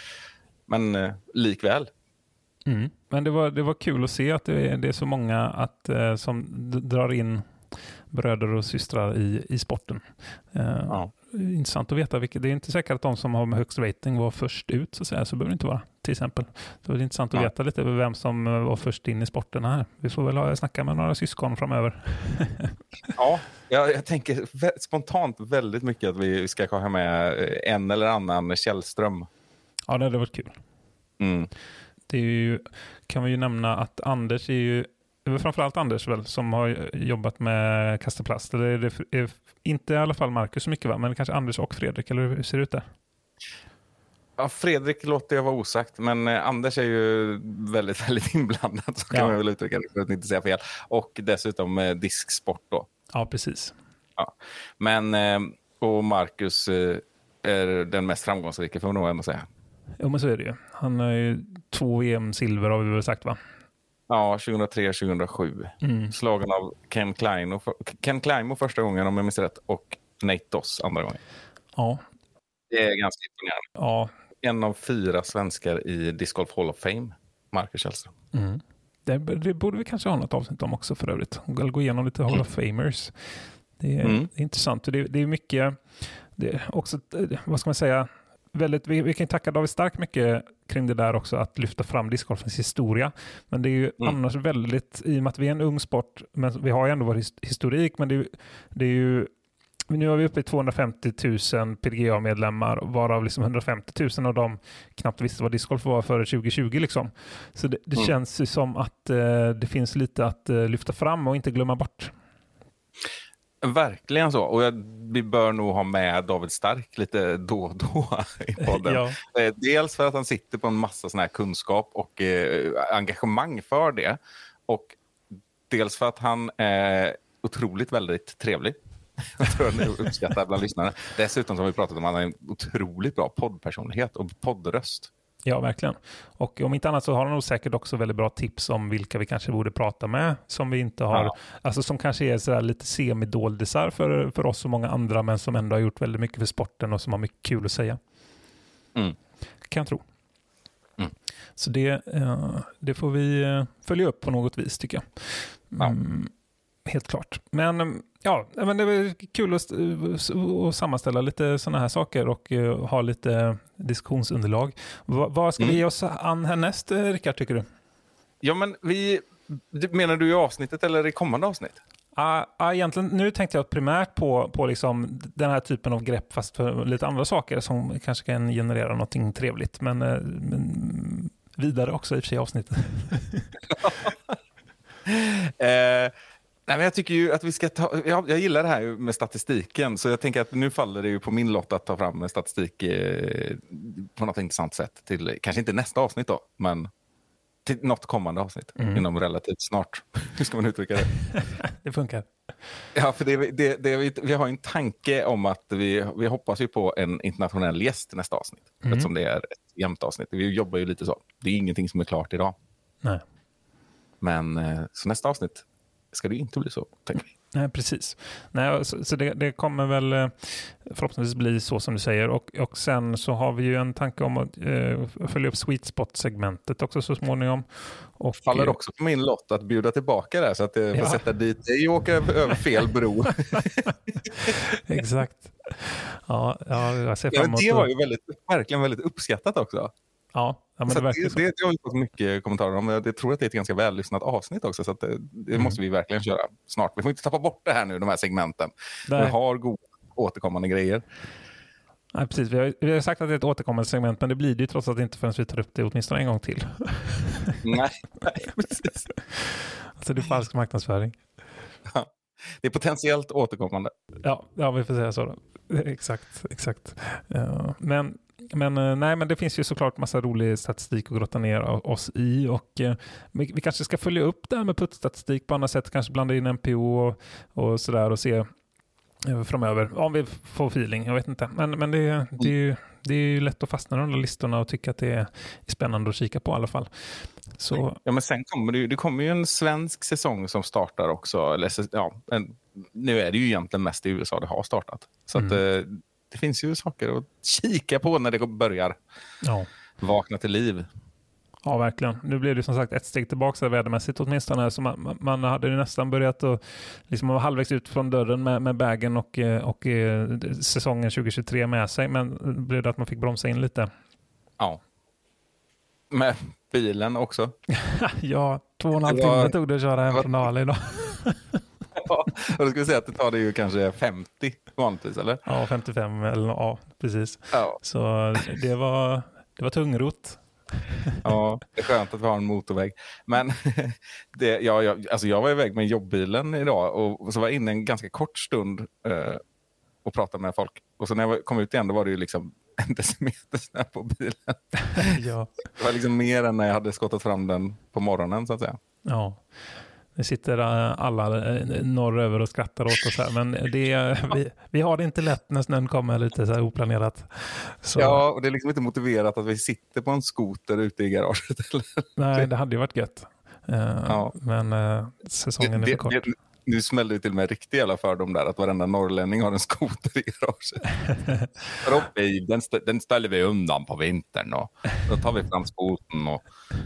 Men eh, likväl. Mm. Men det var, det var kul att se att det är, det är så många att, eh, som d- drar in bröder och systrar i, i sporten. Eh, ja. Intressant att veta. Vilket, det är inte säkert att de som har med högst rating var först ut. Så, att säga. Så behöver det inte vara till exempel. Så det är intressant att ja. veta lite vem som var först in i sporten här. Vi får väl ha, snacka med några syskon framöver. ja, jag, jag tänker vä- spontant väldigt mycket att vi ska ha med en eller annan Källström. Ja, det hade varit kul. Mm. Det är ju, kan vi ju nämna att Anders är ju, framförallt Anders väl, som har jobbat med Kasta Plast. Eller är det är inte i alla fall Marcus så mycket va? Men kanske Anders och Fredrik, eller hur ser det ut där? Ja, Fredrik låter jag vara osagt, men eh, Anders är ju väldigt, väldigt inblandad, så kan ja. man väl uttrycka det för att inte säga fel. Och dessutom eh, disksport då. Ja, precis. Ja. Men, eh, och Marcus eh, är den mest framgångsrika, får man nog ändå säga. Jo, men så är det ju. Han har ju två E M-silver har vi väl sagt va? Ja, tjugohundratre tjugohundrasju. Mm. Slagen av Ken Klein, för, Ken Klein första gången om jag minns rätt och Nate Doss andra gången. Ja. Det är ganska imponerande. Ja. En av fyra svenskar i Disc Golf Hall of Fame, Marcus Källström. Mm. Det, det borde vi kanske ha något avsnitt om också för övrigt. Eller gå igenom lite Hall of Famers. Det är, mm. det är intressant. Det, det är mycket, det är också, vad ska man säga, väldigt, vi, vi kan tacka David Stark mycket kring det där också, att lyfta fram discgolfens historia. Men det är ju mm. annars väldigt, i och med att vi är en ung sport, men vi har ju ändå vår historik, men det är, det är ju, nu är vi uppe i tvåhundrafemtio tusen P D G A-medlemmar, varav liksom hundrafemtio tusen av dem knappt visste vad discgolf var före tjugo tjugo liksom. Så det, det mm. känns ju som att eh, det finns lite att eh, lyfta fram och inte glömma bort. Verkligen så. Och jag, vi bör nog ha med David Stark lite då och då i podden. Ja. Dels för att han sitter på en massa sån här kunskap och eh, engagemang för det. Och dels för att han är otroligt väldigt trevlig. Jag tror att ni uppskattar bland lyssnarna. Dessutom så har vi pratat om att han är en otroligt bra poddpersonlighet och poddröst. Ja, verkligen. Och om inte annat så har han nog säkert också väldigt bra tips om vilka vi kanske borde prata med som vi inte har, ja. Alltså som kanske är så här lite semidoldisar för, för oss och många andra, men som ändå har gjort väldigt mycket för sporten och som har mycket kul att säga. Mm. Kan jag tro. Mm. Så det, uh, det får vi uh, följa upp på något vis tycker jag. Mm, ja. Helt klart. Men ja, men det är kul att, att sammanställa lite sådana här saker och uh, ha lite diskussionsunderlag. Va, vad ska mm. vi ge oss an härnäst, Rickard, tycker du? Ja, men vi, menar du i avsnittet eller i kommande avsnitt? Uh, uh, egentligen, nu tänkte jag primärt på, på liksom den här typen av grepp fast för lite andra saker som kanske kan generera någonting trevligt. Men, uh, men vidare också i och för sig avsnittet. uh. Nej, men jag tycker ju att vi ska ta, jag, jag gillar det här med statistiken, så jag tänker att nu faller det ju på min lott att ta fram statistik eh, på något intressant sätt till, kanske inte nästa avsnitt då, men till något kommande avsnitt mm. inom relativt snart. Hur ska man uttrycka det? Det funkar. Ja, för det, det, det, vi, vi har en tanke om att vi, vi hoppas ju på en internationell gäst nästa avsnitt, mm. eftersom det är ett jämnt avsnitt. Vi jobbar ju lite så. Det är ingenting som är klart idag. Nej. Men eh, så nästa avsnitt ska det inte bli så, tänker vi. Nej, precis. Nej, så, så det, det kommer väl förhoppningsvis bli så som du säger. Och, och sen så har vi ju en tanke om att eh, följa upp Sweet Spot-segmentet också så småningom. Och faller också på min lott att bjuda tillbaka där så att jag får ja. sätta dit dig och åka över fel bro. Exakt. Ja, ja, jag ser fram emot ja, det var ju väldigt, verkligen väldigt uppskattat också. Ja, ja men så det verkar det, så. det, det har vi fått mycket kommentarer om. Jag tror att det är ett ganska vällyssnat avsnitt också. Så att det, det Mm. måste vi verkligen köra snart. Vi får inte tappa bort det här nu, de här segmenten. Nej. Vi har goda återkommande grejer. Nej, precis. Vi har, vi har sagt att det är ett återkommande segment, men det blir det ju trots att inte förrän vi tar upp det åtminstone en gång till. nej, nej, precis. Alltså det är falsk marknadsföring. Ja. Det är potentiellt återkommande. Ja, ja, vi får säga så då. Exakt, exakt. Uh, men, men, uh, nej, men det finns ju såklart massa rolig statistik att grotta ner oss i och uh, vi, vi kanske ska följa upp det här med puttstatistik på annat sätt, kanske blanda in N P O och, och sådär och se uh, framöver om vi får feeling, jag vet inte. Men, men det, det, är ju, det är ju lätt att fastna i de där listorna och tycka att det är spännande att kika på i alla fall. Så... Ja, men sen kommer det, ju, det kommer ju en svensk säsong som startar också. Eller, ja, en, nu är det ju egentligen mest i U S A det har startat. Så Mm. att, eh, det finns ju saker att kika på när det börjar Ja. vakna till liv. Ja, verkligen. Nu blir det som sagt ett steg tillbaka vädermässigt åtminstone. Så man, man hade ju nästan börjat att liksom vara halvvägs ut från dörren med, med bagen och, och, och säsongen tjugohundratjugotre med sig. Men det blev det att man fick bromsa in lite. Ja. Med bilen också. Ja, två och en halv Det var- timme tog det att köra hem från Ale idag. Ja, och då ska vi säga att det tar det ju kanske femtio vanligtvis, eller? Ja, femtiofem eller ja, precis. Ja. Så det var, det var tungrot. Ja, det är skönt att vi har en motorväg. Men det, ja, jag, alltså jag var iväg med jobbbilen idag och, och så var jag inne en ganska kort stund eh, och pratade med folk. Och så när jag kom ut igen då var det ju liksom en decimeter snö på bilen. Ja. Det var liksom mer än när jag hade skottat fram den på morgonen så att säga. Ja. Nu sitter äh, alla äh, norröver och skrattar åt oss här, men det, är- vi, vi har det inte lätt när snön kommer lite så här oplanerat. Så, Ja, och det är liksom inte motiverat att vi sitter på en skoter ute i garaget. Eller? nej, det hade ju varit gött. Uh, Ja. Men uh, säsongen är Det, för kort. det, nu smällde det till med riktigt jävla fördom där att varenda norrlänning har en skoter i garaget. Robby, den, st- den ställer vi undan på vintern och då tar vi fram skotern och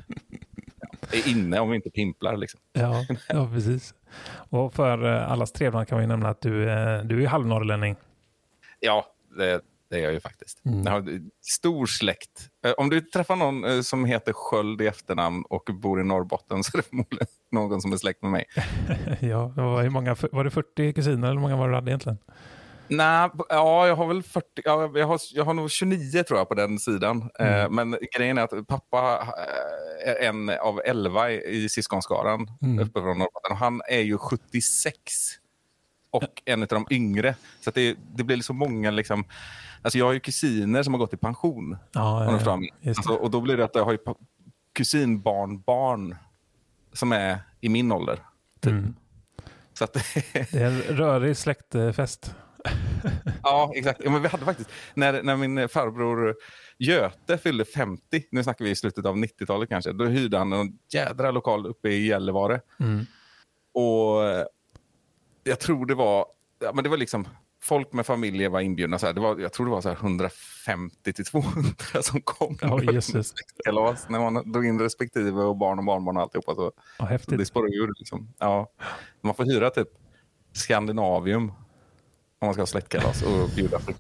ja, är inne om vi inte pimplar liksom. Ja, ja, precis. Och för uh, allas trevnad kan vi nämna att du, uh, du är halvnorrlänning. Ja, det, det är jag ju faktiskt. Mm. Jag har stor släkt. Eh, Om du träffar någon eh, som heter Sköld i efternamn och bor i Norrbotten så är det förmodligen någon som är släkt med mig. Ja, det var, hur många, var det fyrtio kusiner eller hur många var det hade egentligen? Nej, ja, jag har väl fyrtio, ja, jag, har, jag har nog tjugonio tror jag på den sidan. Mm. Eh, men grejen är att pappa eh, är en av elva i, i syskonskaran Mm. uppe från Norrbotten. Och han är ju sjuttiosex och en av de yngre. Så att det, det blir liksom många liksom... Alltså jag har ju kusiner som har gått i pension. Ja, Om ja, du förstår ja, mig. just det. Alltså, och då blir det att jag har ju pa- kusinbarnbarn som är i min ålder. Typ. Mm. Så att Det är en rörig släktfest. ja, exakt. Ja, men vi hade faktiskt, när, när min farbror Göte fyllde femtio, nu snackar vi i slutet av nittiotalet kanske, då hyrde han en jädra lokal uppe i Gällivare. Mm. Och eh, jag tror det var, ja, men det var liksom, folk med familjer var inbjudna. Så här, det var, jag tror det var så här hundrafemtio till tvåhundra som kom. Ja, Jesus. Kalas, när man drog in respektive och barn och barnbarn och alltihopa. Så, Ja, så det häftigt. spårar ur liksom. Ja, man får hyra typ Skandinavium om man ska ha släktkalas och bjuda fritt.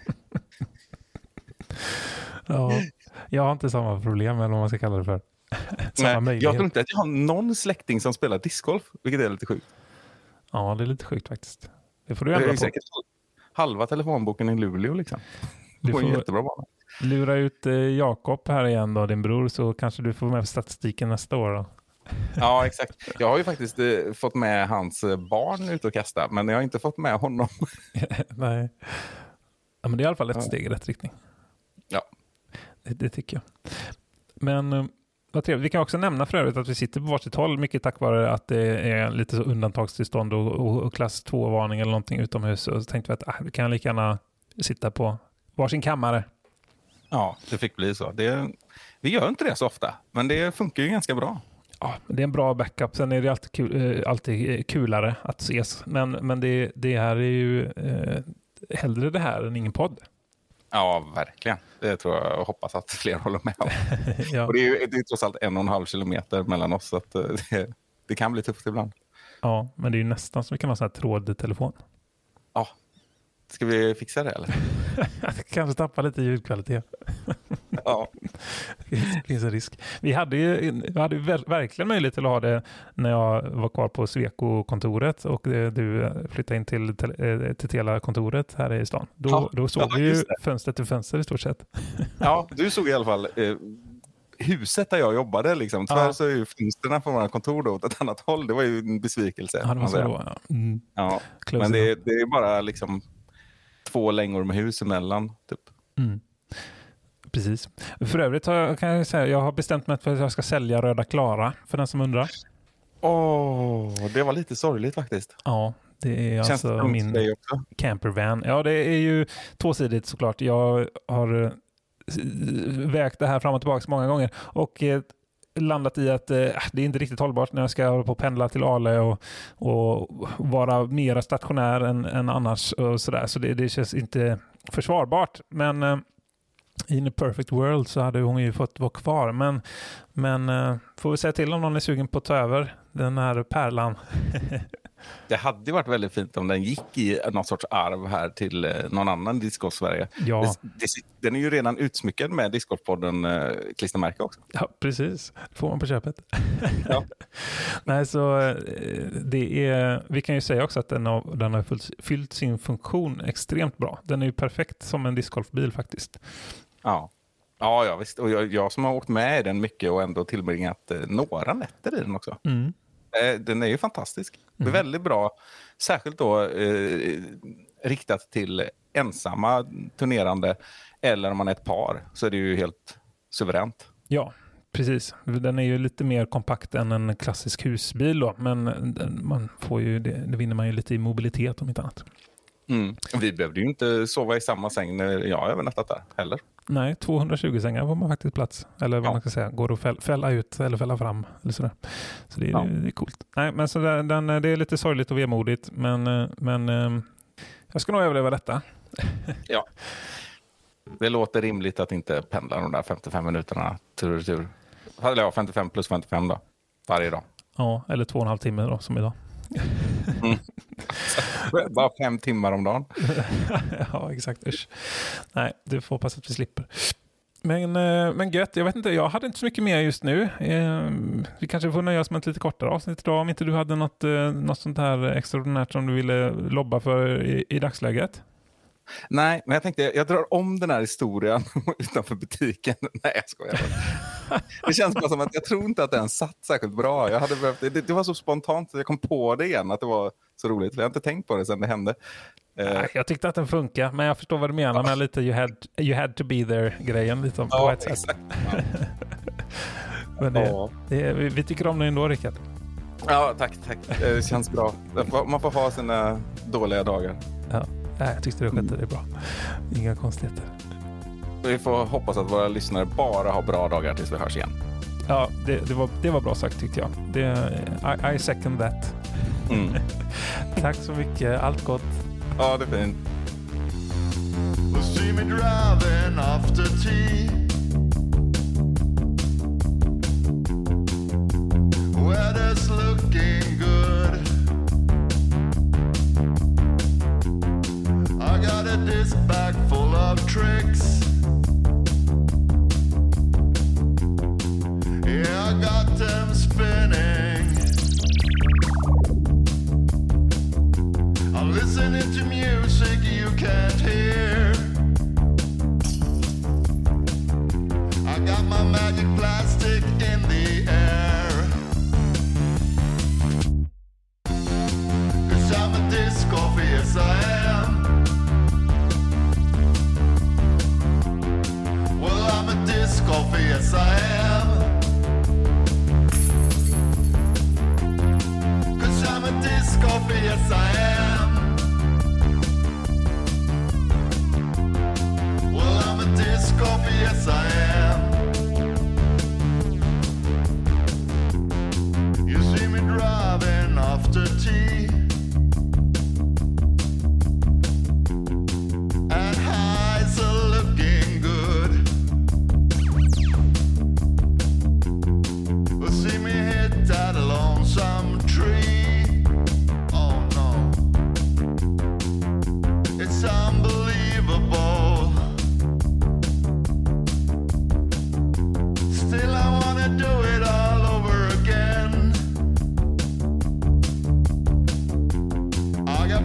Ja, jag har inte samma problem eller vad man ska kalla det för. Samma Nej, möjlighet. jag tror inte att jag har någon släkting som spelar discgolf, vilket är lite sjukt. Ja, det är lite sjukt faktiskt. Det får du Det ändra är på. säkert halva telefonboken i Luleå liksom. Du Det var en får jättebra bana. lura ut eh, Jakob här igen då, din bror, så kanske du får med statistiken nästa år då. Ja, exakt. Jag har ju faktiskt eh, fått med hans eh, barn ut och kasta, men jag har inte fått med honom. Nej. Ja, men det är i alla fall ett Ja. steg i rätt riktning. Ja. Det, det tycker jag. Men eh, vad trevligt. Vi kan också nämna för övrigt att vi sitter på varsitt håll, mycket tack vare att det är lite så undantagstillstånd och, och, och klass två-varning eller någonting utomhus. Och så tänkte vi att ah, vi kan lika gärna sitta på varsin kammare. Ja, det fick bli så. Det, vi gör inte det så ofta, men det funkar ju ganska bra. Ja, det är en bra backup. Sen är det alltid, kul, eh, alltid kulare att ses. Men, men det, det här är ju eh, hellre det här än ingen podd. Ja, verkligen. Det tror jag och hoppas att fler håller med om. Ja. Och det är ju det är trots allt en och en halv kilometer mellan oss, så att eh, det, det kan bli tufft ibland. Ja, men det är ju nästan som vi kan ha sån här trådtelefon. Ja, ska vi fixa det eller? Kanske tappa lite ljudkvalitet. Ja. Det finns en risk. Vi hade ju, vi hade ju ver- verkligen möjlighet att ha det när jag var kvar på Sweco-kontoret och du flyttade in till, till, till Tela-kontoret här i stan. Då, Ja, då såg ja, vi ju just det. fönster till fönster i stort sett. Ja, du såg i alla fall eh, huset där jag jobbade. Liksom. Tyvärr Ja. så är ju fönsterna på våra kontor då åt ett annat håll. Det var ju en besvikelse. Ja, det var man så säger. då, ja. Mm. Ja. Close Men det, enough. det är bara liksom två längor med hus emellan. Typ. Mm. Precis. För övrigt har jag, kan jag säga, jag har bestämt mig för att jag ska sälja Röda Klara för den som undrar. Åh, det var lite sorgligt faktiskt. Ja, det är Känns det alltså dumt min för dig också? campervan. Ja, det är ju tvåsidigt såklart. Jag har eh, vägt det här fram och tillbaka många gånger och eh, landat i att eh, det är inte riktigt hållbart när jag ska hålla på och pendla till Ale och, och vara mera stationär än, än annars och sådär. Så det, det känns inte försvarbart. Men eh, in a perfect world så hade hon ju fått vara kvar. Men, men eh, får vi säga till om någon är sugen på att ta över den här pärlan. Det hade ju varit väldigt fint om den gick i någon sorts arv här till eh, någon annan discgolf-Sverige. Ja. Det, det, den är ju redan utsmyckad med discgolfpodden eh, klistermärke också. Ja, precis. Det får man på köpet. Ja. Nej, så eh, det är, vi kan ju säga också att den har, den har fyllt, fyllt sin funktion extremt bra. Den är ju perfekt som en discgolfbil faktiskt. Ja. Ja, ja visst. Och jag, jag som har åkt med i den mycket och ändå tillbringat eh, några nätter i den också. Mm. Eh, den är ju fantastisk. Det är Mm. väldigt bra. Särskilt då eh, riktat till ensamma turnerande eller om man är ett par så är det ju helt suveränt. Ja, precis. Den är ju lite mer kompakt än en klassisk husbil då, men den, man får ju det, det vinner man ju lite i mobilitet om inte annat. Mm. Vi behövde ju inte sova i samma säng när jag övernattat där heller. Nej, tvåhundratjugo sängar får man faktiskt plats. Eller vad Ja. man ska säga, går att fäll, fälla ut eller fälla fram. Eller sådär. Så det är, Ja. det är coolt. Nej, men så där, den, det är lite sorgligt och vemodigt, men, men eh, jag ska nog överleva detta. Ja. Det låter rimligt att inte pendla de där femtiofem minuterna tur och retur. Eller ja, femtiofem plus femtiofem då. Varje dag. Ja, eller två och en halv timme då, som idag. Mm. Bara fem timmar om dagen. Ja, exakt. Usch. Nej, du får hoppas att vi slipper. Men, eh, men gött, jag vet inte, jag hade inte så mycket mer just nu. Eh, vi kanske får nöja oss med ett lite kortare avsnitt idag om inte du hade något, eh, något sånt här extraordinärt som du ville lobba för i, i dagsläget. Nej, men jag tänkte, jag drar om den här historien utanför butiken. Nej, jag skojar. Det känns bara som att jag tror inte att den satt särskilt bra. Jag hade behövt, det, det var så spontant att jag kom på det igen, att det var så roligt. Jag har inte tänkt på det sedan det hände. Nej, jag tyckte att den funkar, men jag förstår vad du menar med lite you had, you had to be there-grejen. Lite på Ja, ett sätt. exakt. Ja. Men det, Ja. det, vi, vi tycker om det ändå, Rickard. Ja, tack, tack. Det känns bra. Man får ha sina dåliga dagar. Ja. Nej, jag tyckte du skötte det bra. Inga konstigheter. Vi får hoppas att våra lyssnare bara har bra dagar tills vi hörs igen. Ja, det, det, var, det var bra sagt tyckte jag. Det, I, I second that. Mm. Tack så mycket. Allt gott. Ja, det är fint. Will see me driving after tea. Weather's looking good. I got a disc bag full of tricks. Yeah, I got them spinning. I'm listening to music you can't hear. I got my magic plastic in the air. 'Cause I'm a disc golfer, yes I am. Well, I'm a disc golfer, yes I am. 'Cause I'm a disc golfer, yes I am. Well, I'm a disc golfer, yes I am. You see me driving after tea. And highs are looking good. We'll see me hit that lonesome tree. Oh no.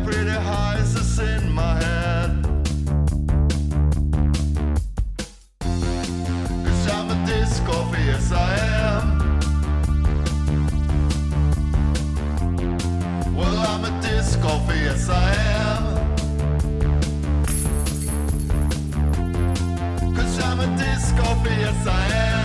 pretty highs in my head. 'Cause I'm a disc golfer, yes I am. Well, I'm a disc golfer, yes I am. 'Cause I'm a disc golfer, yes I am.